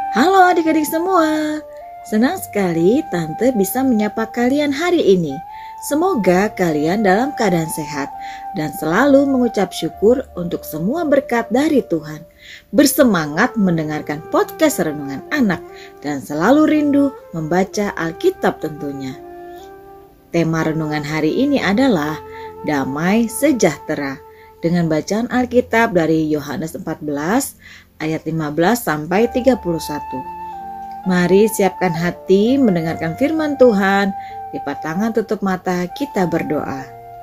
Halo adik-adik semua, senang sekali Tante bisa menyapa kalian hari ini. Semoga kalian dalam keadaan sehat dan selalu mengucap syukur untuk semua berkat dari Tuhan. Bersemangat mendengarkan podcast Renungan Anak dan selalu rindu membaca Alkitab tentunya. Tema renungan hari ini adalah Damai Sejahtera dengan bacaan Alkitab dari Yohanes 14 ayat 15 sampai 31. Mari siapkan hati mendengarkan firman Tuhan. Lipat tangan, tutup mata, kita berdoa.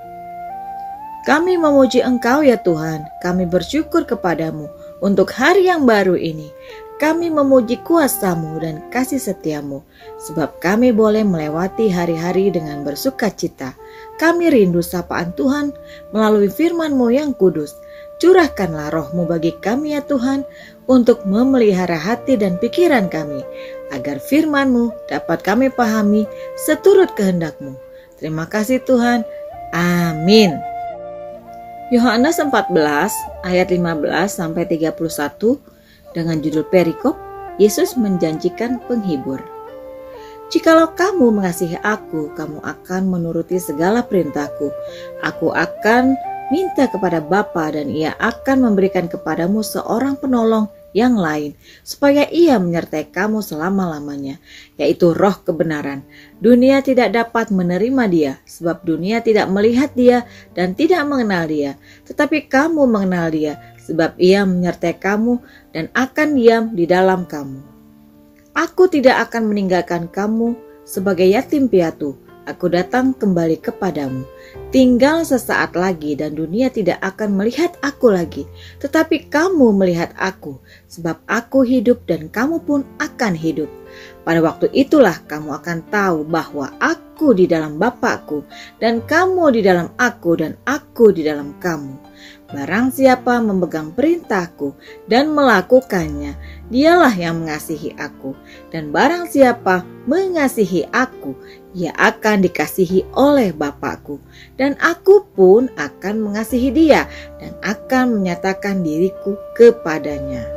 Kami memuji Engkau ya Tuhan. Kami bersyukur kepadamu untuk hari yang baru ini. Kami memuji kuasa-Mu dan kasih setia-Mu, sebab kami boleh melewati hari-hari dengan bersuka cita. Kami rindu sapaan Tuhan melalui firman-Mu yang kudus. Curahkanlah roh-Mu bagi kami ya Tuhan, untuk memelihara hati dan pikiran kami, agar firman-Mu dapat kami pahami seturut kehendak-Mu. Terima kasih Tuhan. Amin. Yohanes 14 ayat 15 sampai 31 dengan judul perikop, Yesus menjanjikan penghibur. Jikalau kamu mengasihi aku, kamu akan menuruti segala perintahku. Aku akan minta kepada Bapa dan Ia akan memberikan kepadamu seorang penolong yang lain, supaya Ia menyertai kamu selama-lamanya, yaitu Roh kebenaran. Dunia tidak dapat menerima Dia, sebab dunia tidak melihat Dia dan tidak mengenal Dia. Tetapi kamu mengenal Dia, sebab Ia menyertai kamu dan akan diam di dalam kamu. Aku tidak akan meninggalkan kamu sebagai yatim piatu. Aku datang kembali kepadamu. Tinggal sesaat lagi dan dunia tidak akan melihat aku lagi. Tetapi kamu melihat aku, sebab aku hidup dan kamu pun akan hidup. Pada waktu itulah kamu akan tahu bahwa aku di dalam Bapa-Ku dan kamu di dalam aku dan aku di dalam kamu. Barang siapa memegang perintahku dan melakukannya, dialah yang mengasihi aku. Dan barang siapa mengasihi aku, ia akan dikasihi oleh Bapa-Ku. Dan aku pun akan mengasihi dia dan akan menyatakan diriku kepadanya.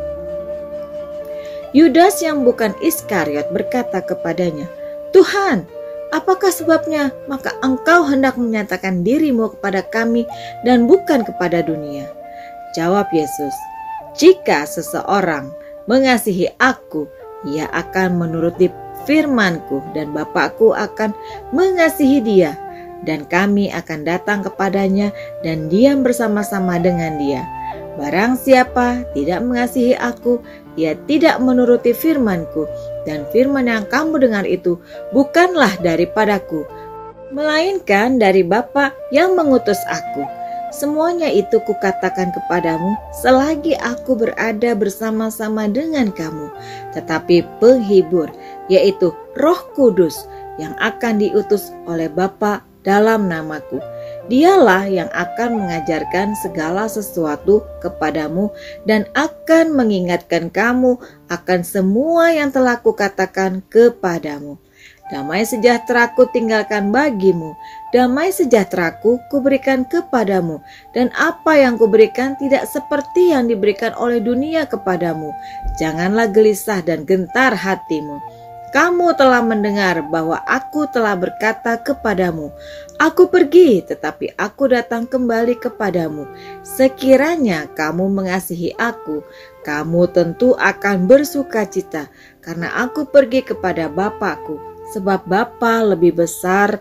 Yudas yang bukan Iskariot berkata kepadanya, Tuhan, apakah sebabnya maka engkau hendak menyatakan dirimu kepada kami dan bukan kepada dunia? Jawab Yesus, jika seseorang mengasihi aku, ia akan menuruti firman-Ku dan Bapa-Ku akan mengasihi dia. Dan kami akan datang kepadanya dan diam bersama-sama dengan dia. Barang siapa tidak mengasihi aku, ia tidak menuruti firman-Ku, dan firman yang kamu dengar itu bukanlah daripadaku, melainkan dari Bapa yang mengutus aku. Semuanya itu kukatakan kepadamu selagi aku berada bersama-sama dengan kamu. Tetapi penghibur, yaitu Roh Kudus yang akan diutus oleh Bapa dalam namaku, Dialah yang akan mengajarkan segala sesuatu kepadamu dan akan mengingatkan kamu akan semua yang telah kukatakan kepadamu. Damai sejahtera-Ku tinggalkan bagimu, damai sejahtera-Ku kuberikan kepadamu, dan apa yang kuberikan tidak seperti yang diberikan oleh dunia kepadamu. Janganlah gelisah dan gentar hatimu. Kamu telah mendengar bahwa aku telah berkata kepadamu, aku pergi tetapi aku datang kembali kepadamu. Sekiranya kamu mengasihi aku, kamu tentu akan bersuka cita, karena aku pergi kepada Bapa-Ku, sebab Bapa lebih besar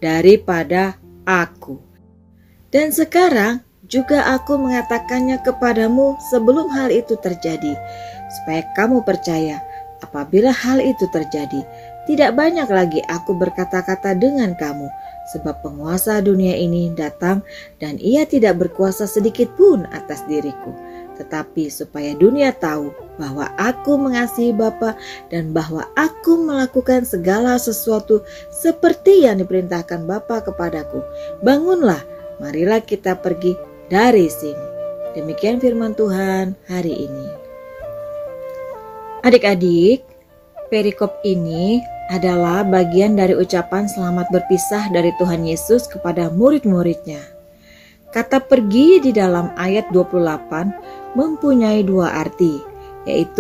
daripada aku. Dan sekarang juga aku mengatakannya kepadamu sebelum hal itu terjadi, supaya kamu percaya. Apabila hal itu terjadi, tidak banyak lagi aku berkata-kata dengan kamu, sebab penguasa dunia ini datang dan ia tidak berkuasa sedikit pun atas diriku. Tetapi supaya dunia tahu bahwa aku mengasihi Bapa dan bahwa aku melakukan segala sesuatu seperti yang diperintahkan Bapa kepadaku. Bangunlah, marilah kita pergi dari sini. Demikian firman Tuhan hari ini. Adik-adik, perikop ini adalah bagian dari ucapan selamat berpisah dari Tuhan Yesus kepada murid-muridnya. Kata pergi di dalam ayat 28 mempunyai dua arti, yaitu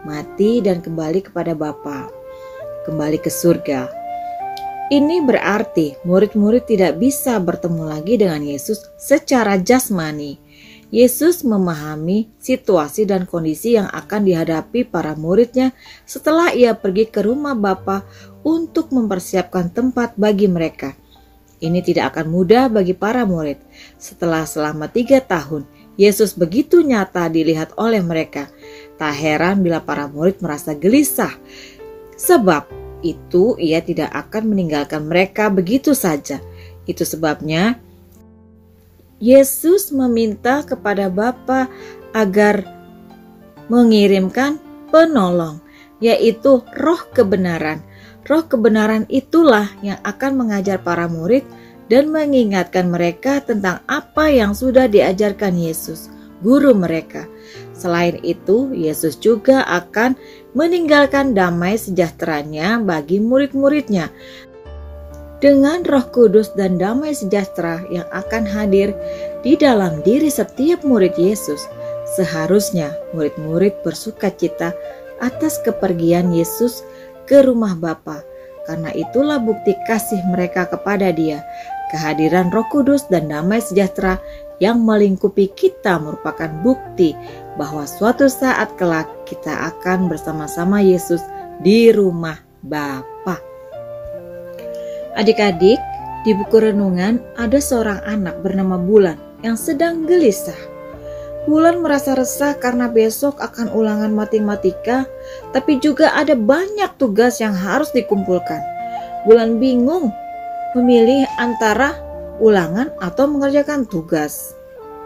mati dan kembali kepada Bapa, kembali ke surga. Ini berarti murid-murid tidak bisa bertemu lagi dengan Yesus secara jasmani. Yesus memahami situasi dan kondisi yang akan dihadapi para muridnya setelah ia pergi ke rumah Bapa untuk mempersiapkan tempat bagi mereka. Ini tidak akan mudah bagi para murid. Setelah selama 3 tahun, Yesus begitu nyata dilihat oleh mereka. Tak heran bila para murid merasa gelisah. Sebab itu ia tidak akan meninggalkan mereka begitu saja. Itu sebabnya Yesus meminta kepada Bapa agar mengirimkan penolong, yaitu Roh kebenaran. Roh kebenaran itulah yang akan mengajar para murid dan mengingatkan mereka tentang apa yang sudah diajarkan Yesus, guru mereka. Selain itu, Yesus juga akan meninggalkan damai sejahteranya bagi murid-muridnya. Dengan Roh Kudus dan damai sejahtera yang akan hadir di dalam diri setiap murid Yesus, seharusnya murid-murid bersukacita atas kepergian Yesus ke rumah Bapa. Karena itulah bukti kasih mereka kepada Dia. Kehadiran Roh Kudus dan damai sejahtera yang melingkupi kita merupakan bukti bahwa suatu saat kelak kita akan bersama-sama Yesus di rumah Bapa. Adik-adik, di buku renungan ada seorang anak bernama Bulan yang sedang gelisah. Bulan merasa resah karena besok akan ulangan matematika, tapi juga ada banyak tugas yang harus dikumpulkan. Bulan bingung memilih antara ulangan atau mengerjakan tugas.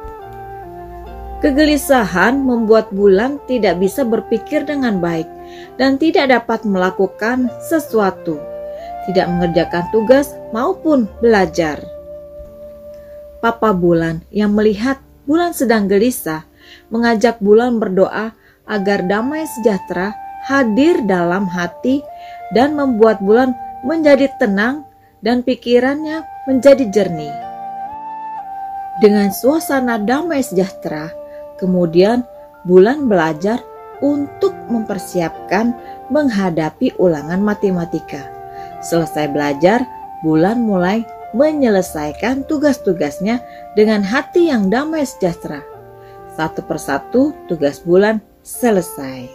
Kegelisahan membuat Bulan tidak bisa berpikir dengan baik dan tidak dapat melakukan sesuatu, tidak mengerjakan tugas maupun belajar. Papa Bulan yang melihat Bulan sedang gelisah mengajak Bulan berdoa agar damai sejahtera hadir dalam hati dan membuat Bulan menjadi tenang dan pikirannya menjadi jernih. Dengan suasana damai sejahtera, kemudian Bulan belajar untuk mempersiapkan menghadapi ulangan matematika. Selesai belajar, Bulan mulai menyelesaikan tugas-tugasnya dengan hati yang damai sejahtera. Satu persatu tugas Bulan selesai.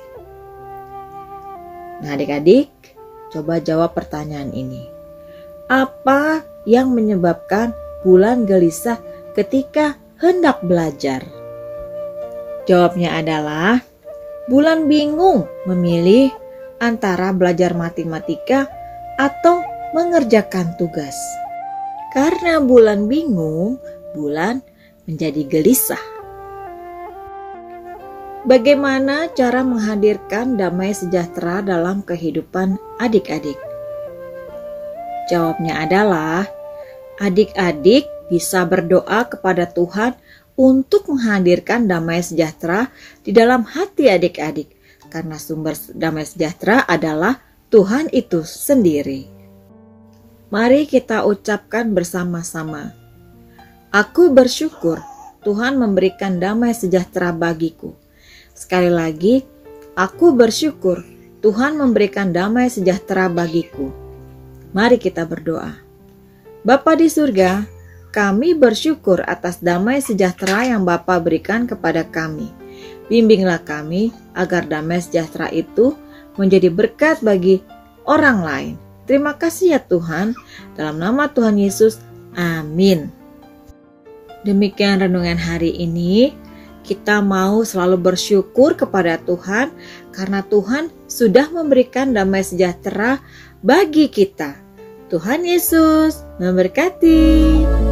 Nah adik-adik, coba jawab pertanyaan ini. Apa yang menyebabkan Bulan gelisah ketika hendak belajar? Jawabnya adalah Bulan bingung memilih antara belajar matematika atau mengerjakan tugas. Karena Bulan bingung, Bulan menjadi gelisah. Bagaimana cara menghadirkan damai sejahtera dalam kehidupan adik-adik? Jawabnya adalah, adik-adik bisa berdoa kepada Tuhan untuk menghadirkan damai sejahtera di dalam hati adik-adik, karena sumber damai sejahtera adalah Tuhan itu sendiri. Mari kita ucapkan bersama-sama. Aku bersyukur Tuhan memberikan damai sejahtera bagiku. Sekali lagi, aku bersyukur Tuhan memberikan damai sejahtera bagiku. Mari kita berdoa. Bapa di surga, kami bersyukur atas damai sejahtera yang Bapa berikan kepada kami. Bimbinglah kami agar damai sejahtera itu menjadi berkat bagi orang lain. Terima kasih ya Tuhan, dalam nama Tuhan Yesus, amin. Demikian renungan hari ini. Kita mau selalu bersyukur kepada Tuhan karena Tuhan sudah memberikan damai sejahtera bagi kita. Tuhan Yesus memberkati.